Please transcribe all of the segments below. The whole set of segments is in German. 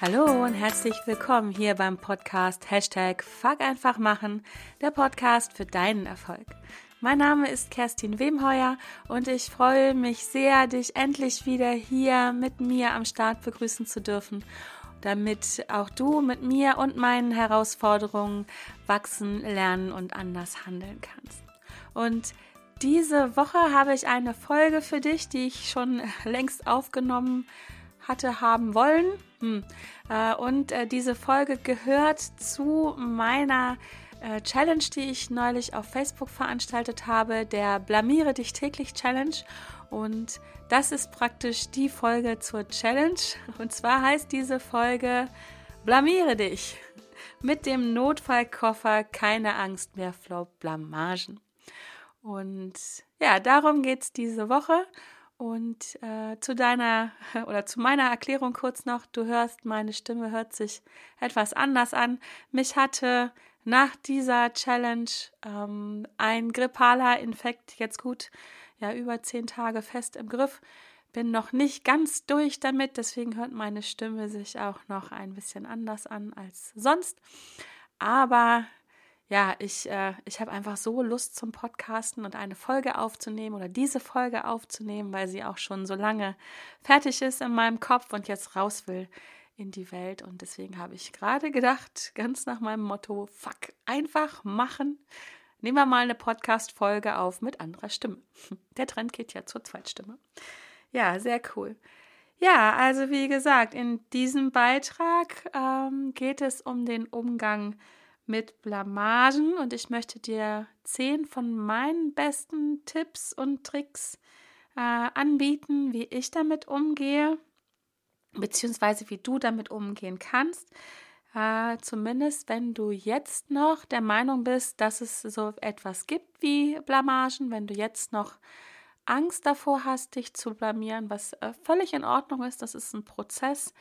Hallo und herzlich willkommen hier beim Podcast #Fuck einfach machen, der Podcast für deinen Erfolg. Mein Name ist Kerstin Wemheuer und ich freue mich sehr, dich endlich wieder hier mit mir am Start begrüßen zu dürfen, damit auch du mit mir und meinen Herausforderungen wachsen, lernen und anders handeln kannst. Und diese Woche habe ich eine Folge für dich, die ich schon längst aufgenommen haben wollen. Und diese Folge gehört zu meiner Challenge, die ich neulich auf Facebook veranstaltet habe, der Blamiere dich täglich Challenge. Und das ist praktisch die Folge zur Challenge. Und zwar heißt diese Folge Blamiere dich. Mit dem Notfallkoffer keine Angst mehr vor Blamagen. Und ja, darum geht es diese Woche. Und zu meiner Erklärung kurz noch, du hörst, meine Stimme hört sich etwas anders an. Mich hatte nach dieser Challenge ein grippaler Infekt jetzt gut, über 10 Tage fest im Griff. Bin noch nicht ganz durch damit, deswegen hört meine Stimme sich auch noch ein bisschen anders an als sonst. Aber ja, ich habe einfach so Lust zum Podcasten und eine Folge aufzunehmen oder diese Folge aufzunehmen, weil sie auch schon so lange fertig ist in meinem Kopf und jetzt raus will in die Welt. Und deswegen habe ich gerade gedacht, ganz nach meinem Motto, fuck, einfach machen. Nehmen wir mal eine Podcast-Folge auf mit anderer Stimme. Der Trend geht ja zur Zweitstimme. Ja, sehr cool. Ja, also wie gesagt, in diesem Beitrag geht es um den Umgang mit Blamagen und ich möchte dir 10 von meinen besten Tipps und Tricks anbieten, wie ich damit umgehe, beziehungsweise wie du damit umgehen kannst. Zumindest wenn du jetzt noch der Meinung bist, dass es so etwas gibt wie Blamagen, wenn du jetzt noch Angst davor hast, dich zu blamieren, was völlig in Ordnung ist. Das ist ein Prozess,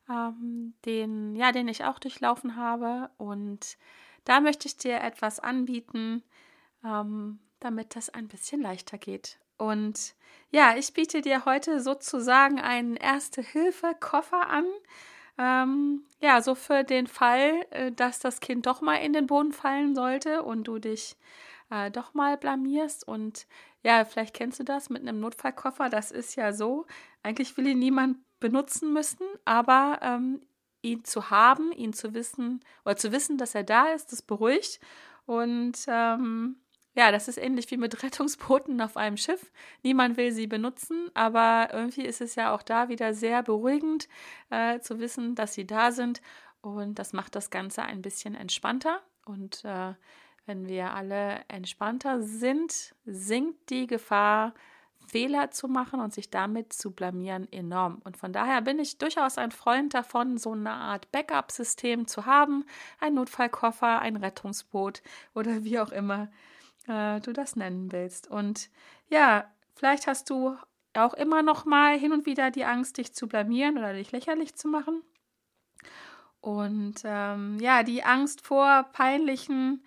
den ich auch durchlaufen habe. Und da möchte ich dir etwas anbieten, damit das ein bisschen leichter geht. Und ja, ich biete dir heute sozusagen einen Erste-Hilfe-Koffer an. So für den Fall, dass das Kind doch mal in den Boden fallen sollte und du dich doch mal blamierst. Und ja, vielleicht kennst du das mit einem Notfallkoffer. Das ist ja so, eigentlich will ihn niemand benutzen müssen, aber ihn zu haben, ihn zu wissen oder zu wissen, dass er da ist, das beruhigt. Und das ist ähnlich wie mit Rettungsbooten auf einem Schiff. Niemand will sie benutzen, aber irgendwie ist es ja auch da wieder sehr beruhigend zu wissen, dass sie da sind. Und das macht das Ganze ein bisschen entspannter. Und wenn wir alle entspannter sind, sinkt die Gefahr, Fehler zu machen und sich damit zu blamieren, enorm. Und von daher bin ich durchaus ein Freund davon, so eine Art Backup-System zu haben, ein Notfallkoffer, ein Rettungsboot oder wie auch immer du das nennen willst. Und ja, vielleicht hast du auch immer noch mal hin und wieder die Angst, dich zu blamieren oder dich lächerlich zu machen. Und die Angst vor peinlichen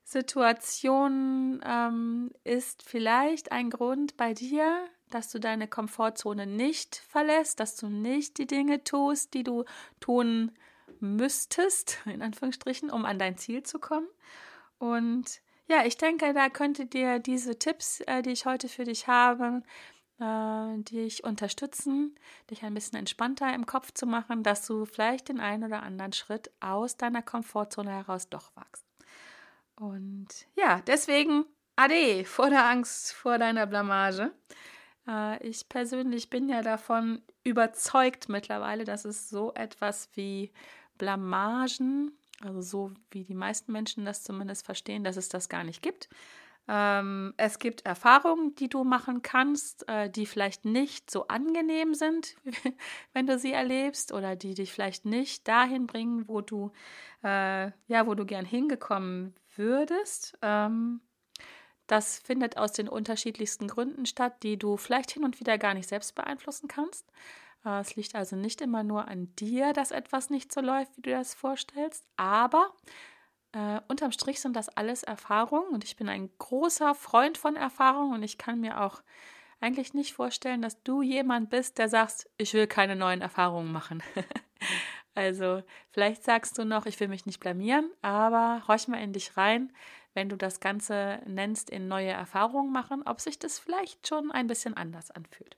Situationen ist vielleicht ein Grund bei dir, dass du deine Komfortzone nicht verlässt, dass du nicht die Dinge tust, die du tun müsstest, in Anführungsstrichen, um an dein Ziel zu kommen. Und ja, ich denke, da könnte dir diese Tipps, die ich heute für dich habe, dich unterstützen, dich ein bisschen entspannter im Kopf zu machen, dass du vielleicht den einen oder anderen Schritt aus deiner Komfortzone heraus doch wagst. Und ja, deswegen Ade vor der Angst vor deiner Blamage. Ich persönlich bin ja davon überzeugt mittlerweile, dass es so etwas wie Blamagen, also so wie die meisten Menschen das zumindest verstehen, dass es das gar nicht gibt. Es gibt Erfahrungen, die du machen kannst, die vielleicht nicht so angenehm sind, wenn du sie erlebst oder die dich vielleicht nicht dahin bringen, wo du gern hingekommen würdest. Das findet aus den unterschiedlichsten Gründen statt, die du vielleicht hin und wieder gar nicht selbst beeinflussen kannst. Es liegt also nicht immer nur an dir, dass etwas nicht so läuft, wie du das vorstellst, aber unterm Strich sind das alles Erfahrungen und ich bin ein großer Freund von Erfahrungen und ich kann mir auch eigentlich nicht vorstellen, dass du jemand bist, der sagt, ich will keine neuen Erfahrungen machen. Also vielleicht sagst du noch, ich will mich nicht blamieren, aber horch mal in dich rein, wenn du das Ganze nennst, in neue Erfahrungen machen, ob sich das vielleicht schon ein bisschen anders anfühlt.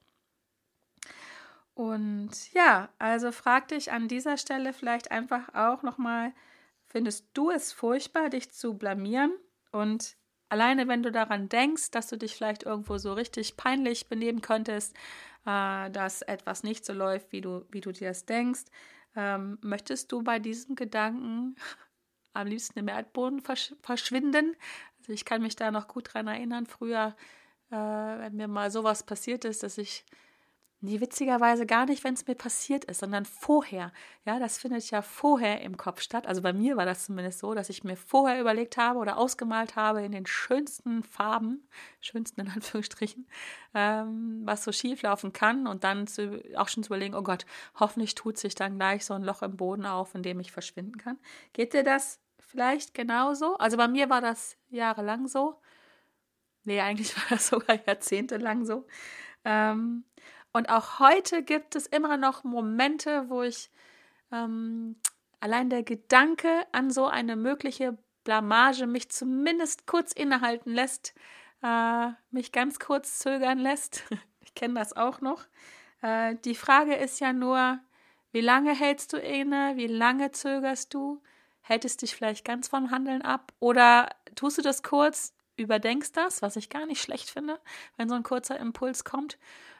Und ja, also frag dich an dieser Stelle vielleicht einfach auch nochmal, findest du es furchtbar, dich zu blamieren? Und alleine, wenn du daran denkst, dass du dich vielleicht irgendwo so richtig peinlich benehmen könntest, dass etwas nicht so läuft, wie du dir das denkst, möchtest du bei diesem Gedanken am liebsten im Erdboden verschwinden? Also ich kann mich da noch gut dran erinnern, früher, wenn mir mal sowas passiert ist, dass ich witzigerweise gar nicht, wenn es mir passiert ist, sondern vorher. Ja, das findet ja vorher im Kopf statt. Also bei mir war das zumindest so, dass ich mir vorher überlegt habe oder ausgemalt habe in den schönsten Farben, schönsten in Anführungsstrichen, was so schief laufen kann und dann auch schon zu überlegen, oh Gott, hoffentlich tut sich dann gleich so ein Loch im Boden auf, in dem ich verschwinden kann. Geht dir das vielleicht genauso? Also bei mir war das jahrelang so. Nee, eigentlich war das sogar jahrzehntelang so. Und auch heute gibt es immer noch Momente, wo ich allein der Gedanke an so eine mögliche Blamage mich zumindest kurz innehalten lässt, mich ganz kurz zögern lässt. Ich kenne das auch noch. Die Frage ist ja nur, wie lange hältst du inne? Wie lange zögerst du? Hältst dich vielleicht ganz vom Handeln ab? Oder tust du das kurz, überdenkst das, was ich gar nicht schlecht finde, wenn so ein kurzer Impuls kommt?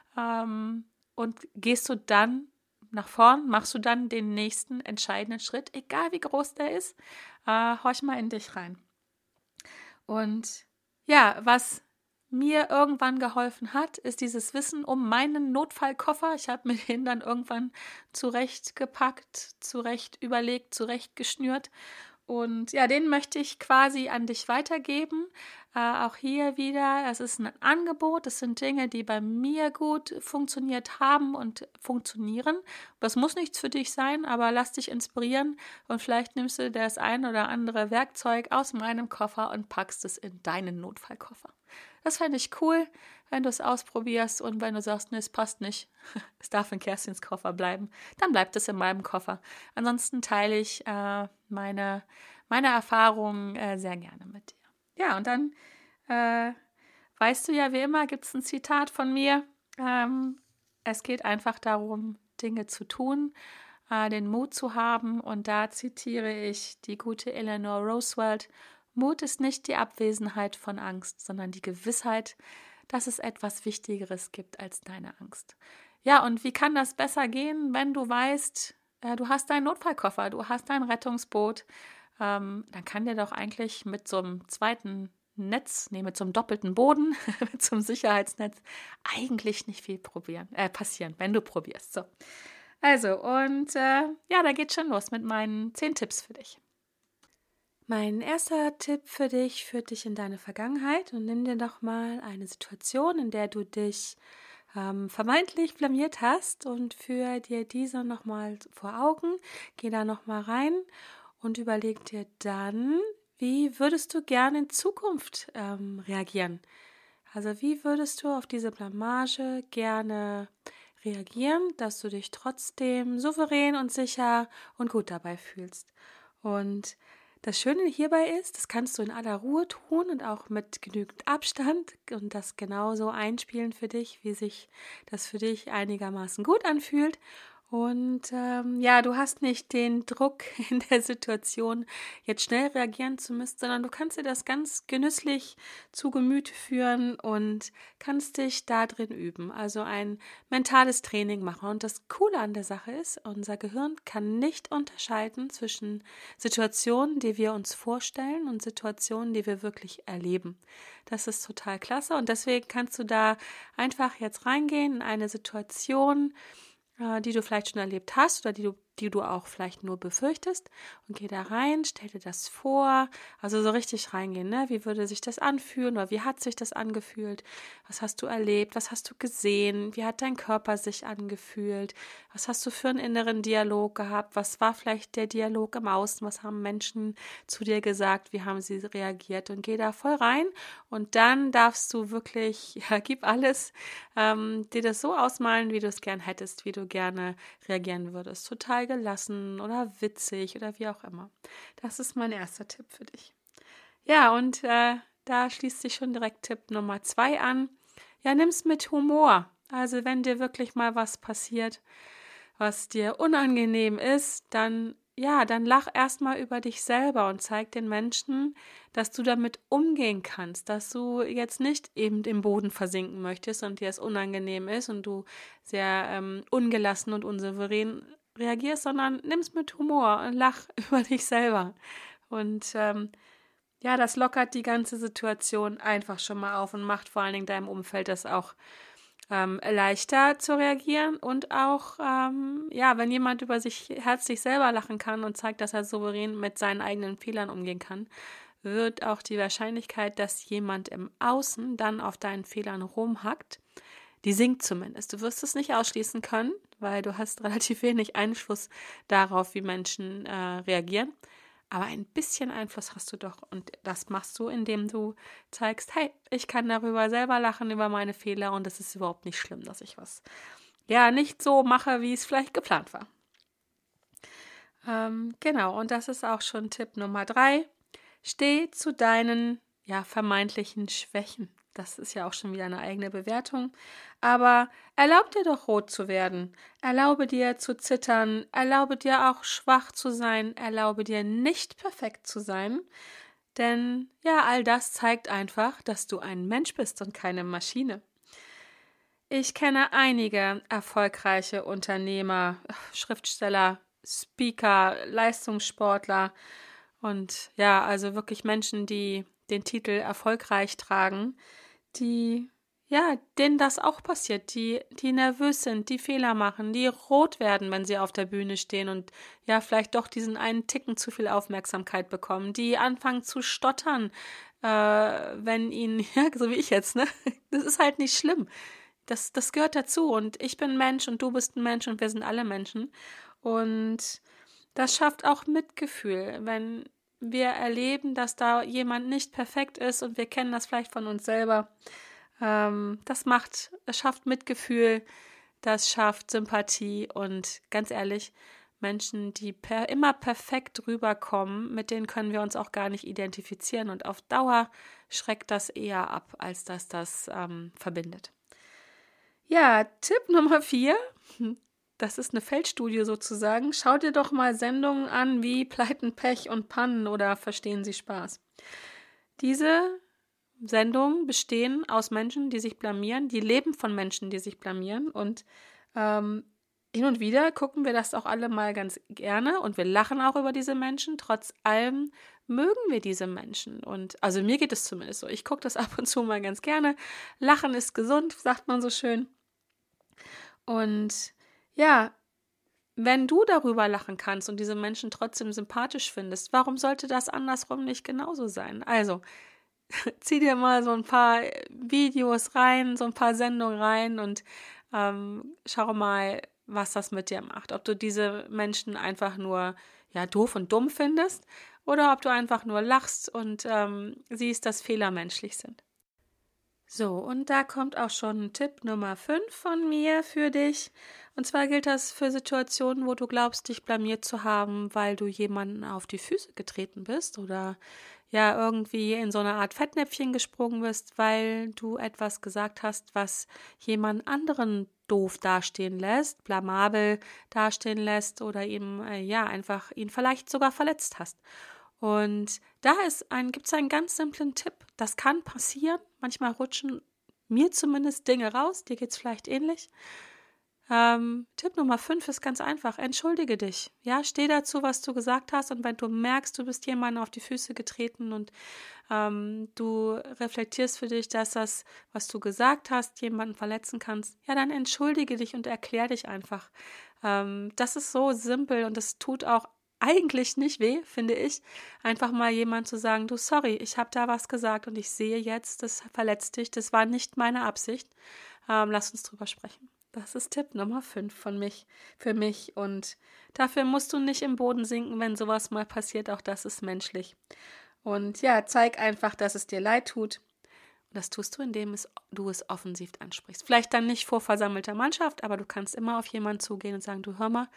Und gehst du dann nach vorn, machst du dann den nächsten entscheidenden Schritt, egal wie groß der ist, horch mal in dich rein. Und ja, was mir irgendwann geholfen hat, ist dieses Wissen um meinen Notfallkoffer. Ich habe mir den dann irgendwann zurechtgepackt, zurecht überlegt, zurechtgeschnürt. Und ja, den möchte ich quasi an dich weitergeben. Auch hier wieder, es ist ein Angebot, es sind Dinge, die bei mir gut funktioniert haben und funktionieren. Das muss nichts für dich sein, aber lass dich inspirieren und vielleicht nimmst du das ein oder andere Werkzeug aus meinem Koffer und packst es in deinen Notfallkoffer. Das fände ich cool, wenn du es ausprobierst und wenn du sagst, nee, es passt nicht, es darf in Kerstins Koffer bleiben, dann bleibt es in meinem Koffer. Ansonsten teile ich meine Erfahrungen sehr gerne mit dir. Ja, und dann weißt du ja, wie immer gibt es ein Zitat von mir. Es geht einfach darum, Dinge zu tun, den Mut zu haben. Und da zitiere ich die gute Eleanor Roosevelt: Mut ist nicht die Abwesenheit von Angst, sondern die Gewissheit, dass es etwas Wichtigeres gibt als deine Angst. Ja, und wie kann das besser gehen, wenn du weißt, du hast deinen Notfallkoffer, du hast dein Rettungsboot, dann kann dir doch eigentlich mit so einem zweiten Netz, mit so einem doppelten Boden, mit so einem Sicherheitsnetz, eigentlich nicht viel passieren, wenn du probierst. So. Also, und ja, da geht's schon los mit meinen 10 Tipps für dich. Mein erster Tipp für dich führt dich in deine Vergangenheit und nimm dir doch mal eine Situation, in der du dich vermeintlich blamiert hast und führe dir diese nochmal vor Augen. Geh da nochmal rein und überleg dir dann, wie würdest du gerne in Zukunft reagieren? Also wie würdest du auf diese Blamage gerne reagieren, dass du dich trotzdem souverän und sicher und gut dabei fühlst? Und das Schöne hierbei ist, das kannst du in aller Ruhe tun und auch mit genügend Abstand und das genauso einspielen für dich, wie sich das für dich einigermaßen gut anfühlt. Und ja, du hast nicht den Druck in der Situation, jetzt schnell reagieren zu müssen, sondern du kannst dir das ganz genüsslich zu Gemüte führen und kannst dich da drin üben. Also ein mentales Training machen. Und das Coole an der Sache ist, unser Gehirn kann nicht unterscheiden zwischen Situationen, die wir uns vorstellen und Situationen, die wir wirklich erleben. Das ist total klasse und deswegen kannst du da einfach jetzt reingehen in eine Situation, die du vielleicht schon erlebt hast oder die du auch vielleicht nur befürchtest, und geh da rein, stell dir das vor, also so richtig reingehen, ne? Wie würde sich das anfühlen oder wie hat sich das angefühlt? Was hast du erlebt? Was hast du gesehen? Wie hat dein Körper sich angefühlt? Was hast du für einen inneren Dialog gehabt? Was war vielleicht der Dialog im Außen? Was haben Menschen zu dir gesagt? Wie haben sie reagiert? Und geh da voll rein und dann darfst du wirklich, ja, gib alles, dir das so ausmalen, wie du es gern hättest, wie du gerne reagieren würdest. Total sei gelassen oder witzig oder wie auch immer. Das ist mein erster Tipp für dich. Ja, und da schließt sich schon direkt Tipp Nummer 2 an. Ja, nimm's mit Humor. Also wenn dir wirklich mal was passiert, was dir unangenehm ist, dann lach erstmal über dich selber und zeig den Menschen, dass du damit umgehen kannst, dass du jetzt nicht eben im Boden versinken möchtest und dir es unangenehm ist und du sehr ungelassen und unsouverän reagierst, sondern nimm's mit Humor und lach über dich selber. Und das lockert die ganze Situation einfach schon mal auf und macht vor allen Dingen deinem Umfeld das auch leichter zu reagieren und auch, wenn jemand über sich herzlich selber lachen kann und zeigt, dass er souverän mit seinen eigenen Fehlern umgehen kann, wird auch die Wahrscheinlichkeit, dass jemand im Außen dann auf deinen Fehlern rumhackt, die sinkt zumindest. Du wirst es nicht ausschließen können, weil du hast relativ wenig Einfluss darauf, wie Menschen reagieren. Aber ein bisschen Einfluss hast du doch und das machst du, indem du zeigst, hey, ich kann darüber selber lachen, über meine Fehler und es ist überhaupt nicht schlimm, dass ich was nicht so mache, wie es vielleicht geplant war. Genau, und das ist auch schon Tipp Nummer 3. Steh zu deinen vermeintlichen Schwächen. Das ist ja auch schon wieder eine eigene Bewertung. Aber erlaub dir doch rot zu werden. Erlaube dir zu zittern. Erlaube dir auch schwach zu sein. Erlaube dir nicht perfekt zu sein. Denn all das zeigt einfach, dass du ein Mensch bist und keine Maschine. Ich kenne einige erfolgreiche Unternehmer, Schriftsteller, Speaker, Leistungssportler und also wirklich Menschen, die den Titel erfolgreich tragen, denen das auch passiert, die nervös sind, die Fehler machen, die rot werden, wenn sie auf der Bühne stehen und vielleicht doch diesen einen Ticken zu viel Aufmerksamkeit bekommen, die anfangen zu stottern, wenn ihnen, so wie ich jetzt, ne? Das ist halt nicht schlimm. Das gehört dazu und ich bin ein Mensch und du bist ein Mensch und wir sind alle Menschen und das schafft auch Mitgefühl, wenn wir erleben, dass da jemand nicht perfekt ist und wir kennen das vielleicht von uns selber. Das schafft Mitgefühl, das schafft Sympathie und ganz ehrlich, Menschen, die immer perfekt rüberkommen, mit denen können wir uns auch gar nicht identifizieren und auf Dauer schreckt das eher ab, als dass das verbindet. Ja, Tipp Nummer 4, das ist eine Feldstudie sozusagen. Schau dir doch mal Sendungen an wie Pleiten, Pech und Pannen oder Verstehen Sie Spaß. Diese Sendungen bestehen aus Menschen, die sich blamieren, die leben von Menschen, die sich blamieren und hin und wieder gucken wir das auch alle mal ganz gerne und wir lachen auch über diese Menschen. Trotz allem mögen wir diese Menschen und also mir geht es zumindest so. Ich gucke das ab und zu mal ganz gerne. Lachen ist gesund, sagt man so schön. Und wenn du darüber lachen kannst und diese Menschen trotzdem sympathisch findest, warum sollte das andersrum nicht genauso sein? Also, zieh dir mal so ein paar Videos rein, so ein paar Sendungen rein und schau mal, was das mit dir macht. Ob du diese Menschen einfach nur doof und dumm findest oder ob du einfach nur lachst und siehst, dass Fehler menschlich sind. So, und da kommt auch schon Tipp Nummer 5 von mir für dich. Und zwar gilt das für Situationen, wo du glaubst, dich blamiert zu haben, weil du jemanden auf die Füße getreten bist oder irgendwie in so eine Art Fettnäpfchen gesprungen bist, weil du etwas gesagt hast, was jemand anderen doof dastehen lässt, blamabel dastehen lässt oder ihm einfach ihn vielleicht sogar verletzt hast. Und da gibt es einen ganz simplen Tipp. Das kann passieren. Manchmal rutschen mir zumindest Dinge raus. Dir geht es vielleicht ähnlich. Tipp Nummer 5 ist ganz einfach. Entschuldige dich. Ja, steh dazu, was du gesagt hast. Und wenn du merkst, du bist jemandem auf die Füße getreten und du reflektierst für dich, dass das, was du gesagt hast, jemanden verletzen kannst, dann entschuldige dich und erklär dich einfach. Das ist so simpel und das tut auch eigentlich nicht weh, finde ich, einfach mal jemand zu sagen, du, sorry, ich habe da was gesagt und ich sehe jetzt, das verletzt dich, das war nicht meine Absicht. Lass uns drüber sprechen. Das ist Tipp Nummer 5 für mich und dafür musst du nicht im Boden sinken, wenn sowas mal passiert, auch das ist menschlich. Und zeig einfach, dass es dir leid tut. Und das tust du, indem du es offensiv ansprichst. Vielleicht dann nicht vor versammelter Mannschaft, aber du kannst immer auf jemanden zugehen und sagen, du, hör mal,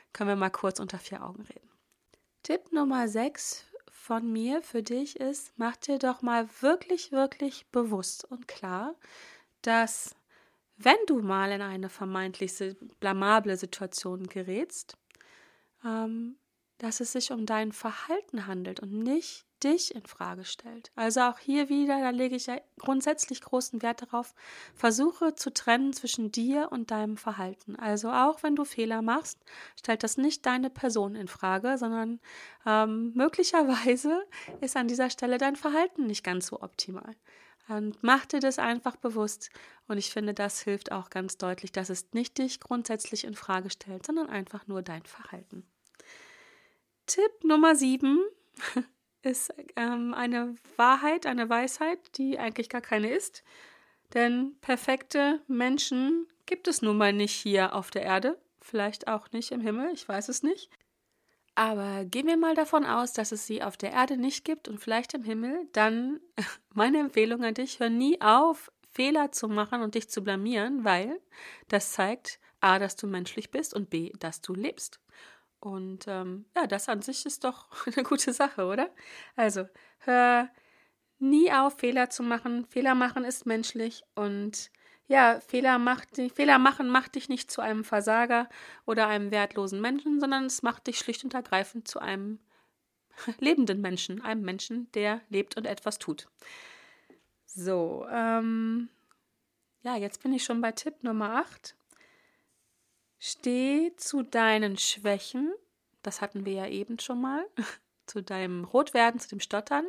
können wir mal kurz unter 4 Augen reden. Tipp Nummer 6 von mir für dich ist, mach dir doch mal wirklich, wirklich bewusst und klar, dass wenn du mal in eine vermeintlich blamable Situation gerätst, dass es sich um dein Verhalten handelt und nicht dich in Frage stellt. Also auch hier wieder, da lege ich ja grundsätzlich großen Wert darauf, versuche zu trennen zwischen dir und deinem Verhalten. Also auch wenn du Fehler machst, stellt das nicht deine Person in Frage, sondern möglicherweise ist an dieser Stelle dein Verhalten nicht ganz so optimal. Und mach dir das einfach bewusst. Und ich finde, das hilft auch ganz deutlich, dass es nicht dich grundsätzlich in Frage stellt, sondern einfach nur dein Verhalten. Tipp Nummer 7 ist eine Wahrheit, eine Weisheit, die eigentlich gar keine ist. Denn perfekte Menschen gibt es nun mal nicht hier auf der Erde, vielleicht auch nicht im Himmel, ich weiß es nicht. Aber gehen wir mal davon aus, dass es sie auf der Erde nicht gibt und vielleicht im Himmel, dann meine Empfehlung an dich, hör nie auf, Fehler zu machen und dich zu blamieren, weil das zeigt A, dass du menschlich bist und B, dass du lebst. Und das an sich ist doch eine gute Sache, oder? Also, hör nie auf, Fehler zu machen. Fehler machen ist menschlich und ja, Fehler machen macht dich nicht zu einem Versager oder einem wertlosen Menschen, sondern es macht dich schlicht und ergreifend zu einem lebenden Menschen, einem Menschen, der lebt und etwas tut. So, jetzt bin ich schon bei Tipp Nummer 8. Steh zu deinen Schwächen, das hatten wir ja eben schon mal, zu deinem Rotwerden, zu dem Stottern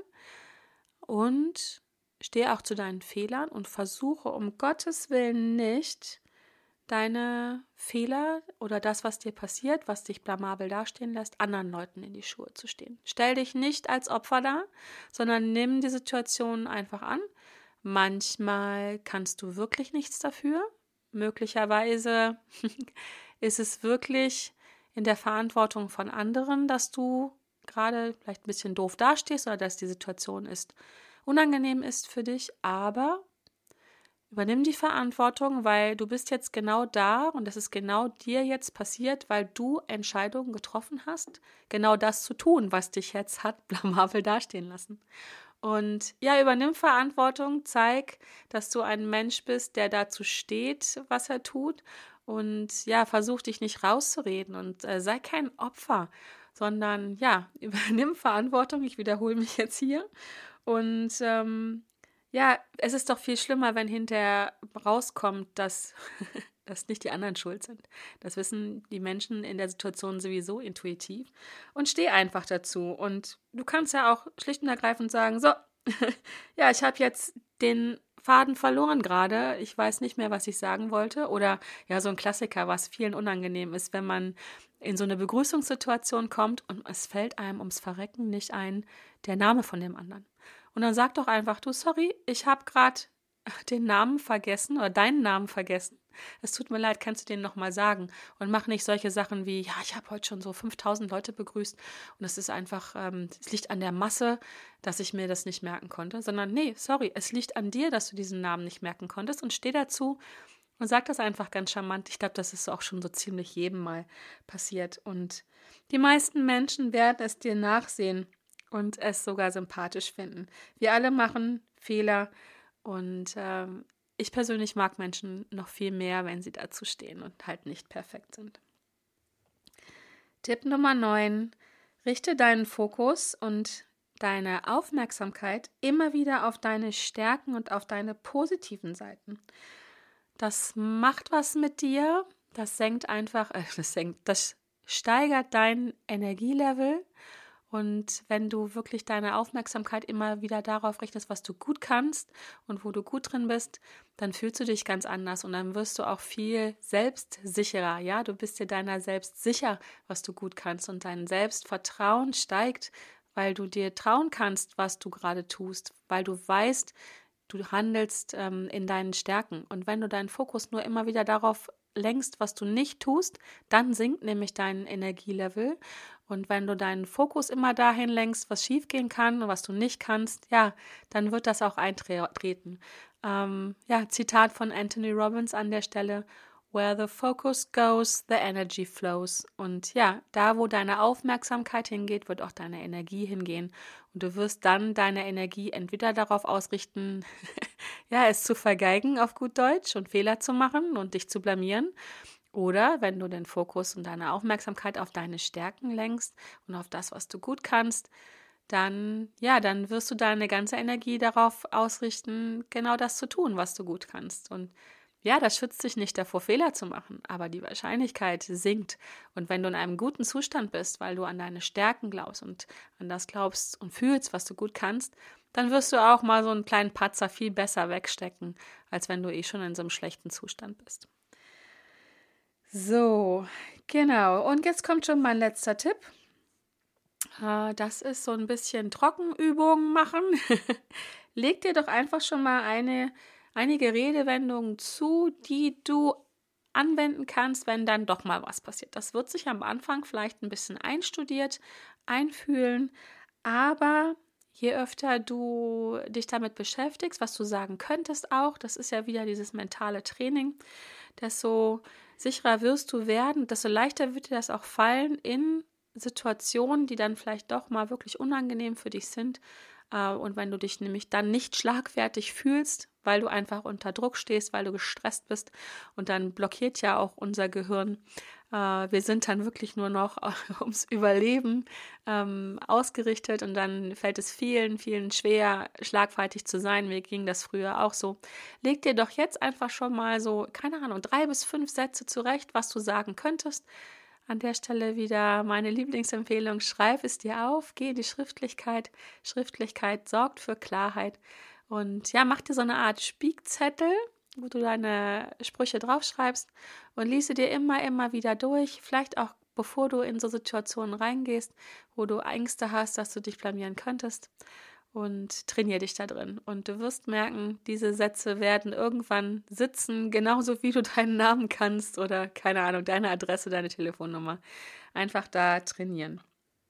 und steh auch zu deinen Fehlern und versuche um Gottes Willen nicht, deine Fehler oder das, was dir passiert, was dich blamabel dastehen lässt, anderen Leuten in die Schuhe zu stehen. Stell dich nicht als Opfer dar, sondern nimm die Situation einfach an. Manchmal kannst du wirklich nichts dafür. Möglicherweise ist es wirklich in der Verantwortung von anderen, dass du gerade vielleicht ein bisschen doof dastehst oder dass die Situation unangenehm ist für dich, aber übernimm die Verantwortung, weil du bist jetzt genau da und das ist genau dir jetzt passiert, weil du Entscheidungen getroffen hast, genau das zu tun, was dich jetzt hat blamabel dastehen lassen. Und ja, übernimm Verantwortung, zeig, dass du ein Mensch bist, der dazu steht, was er tut und ja, versuch dich nicht rauszureden und sei kein Opfer, sondern ja, übernimm Verantwortung, ich wiederhole mich jetzt hier und es ist doch viel schlimmer, wenn hinterher rauskommt, dass nicht die anderen schuld sind. Das wissen die Menschen in der Situation sowieso intuitiv. Und steh einfach dazu. Und du kannst ja auch schlicht und ergreifend sagen, so, ja, ich habe jetzt den Faden verloren gerade. Ich weiß nicht mehr, was ich sagen wollte. Oder ja, so ein Klassiker, was vielen unangenehm ist, wenn man in so eine Begrüßungssituation kommt und es fällt einem ums Verrecken nicht ein, der Name von dem anderen. Und dann sag doch einfach, du, sorry, ich habe gerade den Namen vergessen oder deinen Namen vergessen. Es tut mir leid, kannst du den nochmal sagen? Und mach nicht solche Sachen wie, ja, ich habe heute schon so 5000 Leute begrüßt und es ist einfach, es liegt an der Masse, dass ich mir das nicht merken konnte, sondern nee, sorry, es liegt an dir, dass du diesen Namen nicht merken konntest und steh dazu und sag das einfach ganz charmant. Ich glaube, das ist auch schon so ziemlich jedem mal passiert und die meisten Menschen werden es dir nachsehen und es sogar sympathisch finden. Wir alle machen Fehler und ich persönlich mag Menschen noch viel mehr, wenn sie dazu stehen und halt nicht perfekt sind. Tipp Nummer 9. Richte deinen Fokus und deine Aufmerksamkeit immer wieder auf deine Stärken und auf deine positiven Seiten. Das macht was mit dir, das steigert dein Energielevel. Und wenn du wirklich deine Aufmerksamkeit immer wieder darauf richtest, was du gut kannst und wo du gut drin bist, dann fühlst du dich ganz anders und dann wirst du auch viel selbstsicherer. Ja, du bist dir deiner selbst sicher, was du gut kannst und dein Selbstvertrauen steigt, weil du dir trauen kannst, was du gerade tust, weil du weißt, du handelst in deinen Stärken. Und wenn du deinen Fokus nur immer wieder darauf lenkst, was du nicht tust, dann sinkt nämlich dein Energielevel. Und wenn du deinen Fokus immer dahin lenkst, was schiefgehen kann und was du nicht kannst, ja, dann wird das auch eintreten. Zitat von Anthony Robbins an der Stelle: Where the focus goes, the energy flows. Und ja, da wo deine Aufmerksamkeit hingeht, wird auch deine Energie hingehen. Und du wirst dann deine Energie entweder darauf ausrichten, ja, es zu vergeigen auf gut Deutsch und Fehler zu machen und dich zu blamieren. Oder wenn du den Fokus und deine Aufmerksamkeit auf deine Stärken lenkst und auf das, was du gut kannst, dann wirst du deine ganze Energie darauf ausrichten, genau das zu tun, was du gut kannst. Und ja, das schützt dich nicht davor, Fehler zu machen, aber die Wahrscheinlichkeit sinkt. Und wenn du in einem guten Zustand bist, weil du an deine Stärken glaubst und an das glaubst und fühlst, was du gut kannst, dann wirst du auch mal so einen kleinen Patzer viel besser wegstecken, als wenn du schon in so einem schlechten Zustand bist. So, genau. Und jetzt kommt schon mein letzter Tipp. Das ist so ein bisschen Trockenübungen machen. Leg dir doch einfach schon mal einige Redewendungen zu, die du anwenden kannst, wenn dann doch mal was passiert. Das wird sich am Anfang vielleicht ein bisschen einstudiert, einfühlen, aber je öfter du dich damit beschäftigst, was du sagen könntest auch, das ist ja wieder dieses mentale Training, desto sicherer wirst du werden, desto leichter wird dir das auch fallen in Situationen, die dann vielleicht doch mal wirklich unangenehm für dich sind. Und wenn du dich nämlich dann nicht schlagfertig fühlst, weil du einfach unter Druck stehst, weil du gestresst bist und dann blockiert ja auch unser Gehirn. Wir sind dann wirklich nur noch ums Überleben ausgerichtet und dann fällt es vielen, vielen schwer, schlagfertig zu sein. Mir ging das früher auch so. Leg dir doch jetzt einfach schon mal so, keine Ahnung, 3 bis 5 Sätze zurecht, was du sagen könntest. An der Stelle wieder meine Lieblingsempfehlung, schreib es dir auf, geh in die Schriftlichkeit. Schriftlichkeit sorgt für Klarheit. Und ja, mach dir so eine Art Spickzettel, wo du deine Sprüche draufschreibst und lies sie dir immer wieder durch. Vielleicht auch, bevor du in so Situationen reingehst, wo du Ängste hast, dass du dich blamieren könntest. Und trainier dich da drin. Und du wirst merken, diese Sätze werden irgendwann sitzen, genauso wie du deinen Namen kannst oder, keine Ahnung, deine Adresse, deine Telefonnummer. Einfach da trainieren.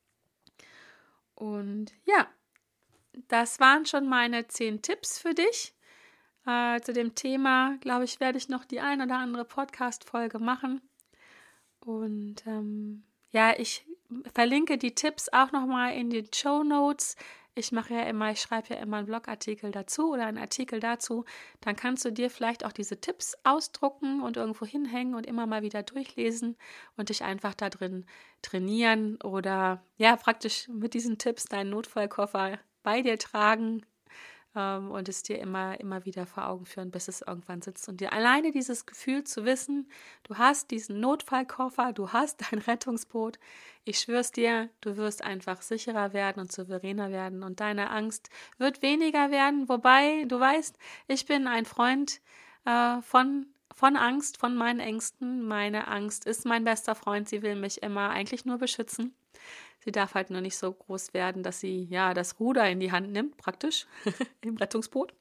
Und ja, das waren schon meine 10 Tipps für dich. Zu dem Thema, glaube ich, werde ich noch die ein oder andere Podcast-Folge machen. Und ich verlinke die Tipps auch nochmal in den Shownotes. Ich schreibe ja immer einen Blogartikel dazu oder einen Artikel dazu. Dann kannst du dir vielleicht auch diese Tipps ausdrucken und irgendwo hinhängen und immer mal wieder durchlesen und dich einfach da drin trainieren oder ja, praktisch mit diesen Tipps deinen Notfallkoffer bei dir tragen und es dir immer wieder vor Augen führen, bis es irgendwann sitzt. Und dir alleine dieses Gefühl zu wissen, du hast diesen Notfallkoffer, du hast dein Rettungsboot. Ich schwör's dir, du wirst einfach sicherer werden und souveräner werden und deine Angst wird weniger werden. Wobei, du weißt, ich bin ein Freund von Angst, von meinen Ängsten. Meine Angst ist mein bester Freund. Sie will mich immer eigentlich nur beschützen. Sie darf halt nur nicht so groß werden, dass sie ja das Ruder in die Hand nimmt, praktisch im Rettungsboot.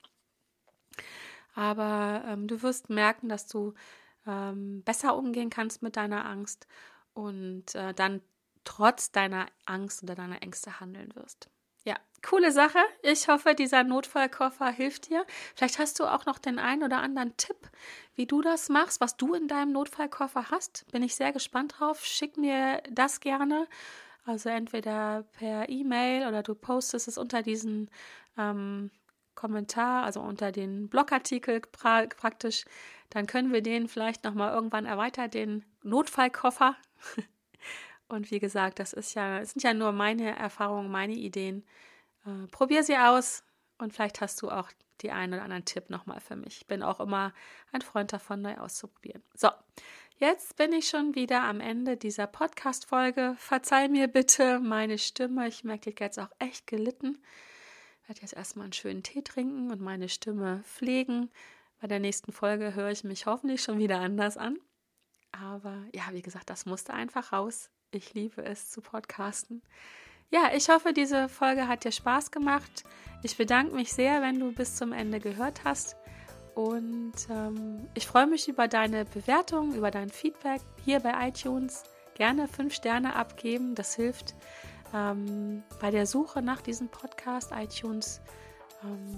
Aber du wirst merken, dass du besser umgehen kannst mit deiner Angst und dann trotz deiner Angst oder deiner Ängste handeln wirst. Ja, coole Sache. Ich hoffe, dieser Notfallkoffer hilft dir. Vielleicht hast du auch noch den einen oder anderen Tipp, wie du das machst, was du in deinem Notfallkoffer hast. Bin ich sehr gespannt drauf. Schick mir das gerne. Also entweder per E-Mail oder du postest es unter diesen Kommentar, also unter den Blogartikel praktisch. Dann können wir den vielleicht nochmal irgendwann erweitern, den Notfallkoffer. Und wie gesagt, es sind ja nur meine Erfahrungen, meine Ideen. Probier sie aus und vielleicht hast du auch die einen oder anderen Tipp nochmal für mich. Ich bin auch immer ein Freund davon, neu auszuprobieren. So, jetzt bin ich schon wieder am Ende dieser Podcast-Folge. Verzeih mir bitte meine Stimme. Ich merke, die hat jetzt auch echt gelitten. Ich werde jetzt erstmal einen schönen Tee trinken und meine Stimme pflegen. Bei der nächsten Folge höre ich mich hoffentlich schon wieder anders an. Aber ja, wie gesagt, das musste einfach raus. Ich liebe es zu podcasten. Ja, ich hoffe, diese Folge hat dir Spaß gemacht. Ich bedanke mich sehr, wenn du bis zum Ende gehört hast. Und ich freue mich über deine Bewertung, über dein Feedback hier bei iTunes. Gerne 5 Sterne abgeben, das hilft bei der Suche nach diesem Podcast. iTunes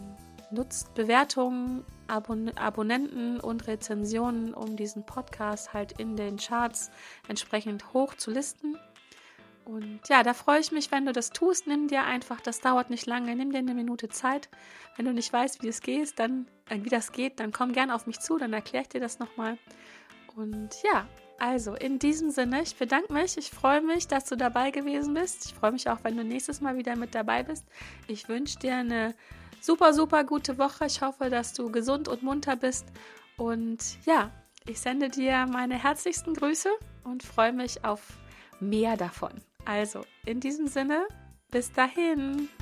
nutzt Bewertungen, Abonnenten und Rezensionen, um diesen Podcast halt in den Charts entsprechend hoch zu listen. Und ja, da freue ich mich, wenn du das tust. Nimm dir einfach, das dauert nicht lange, nimm dir eine Minute Zeit. Wenn du nicht weißt, wie das geht, dann komm gern auf mich zu, dann erkläre ich dir das nochmal. Und ja, also in diesem Sinne, ich bedanke mich, ich freue mich, dass du dabei gewesen bist. Ich freue mich auch, wenn du nächstes Mal wieder mit dabei bist. Ich wünsche dir eine super, super gute Woche. Ich hoffe, dass du gesund und munter bist. Und ja, ich sende dir meine herzlichsten Grüße und freue mich auf mehr davon. Also, in diesem Sinne, bis dahin.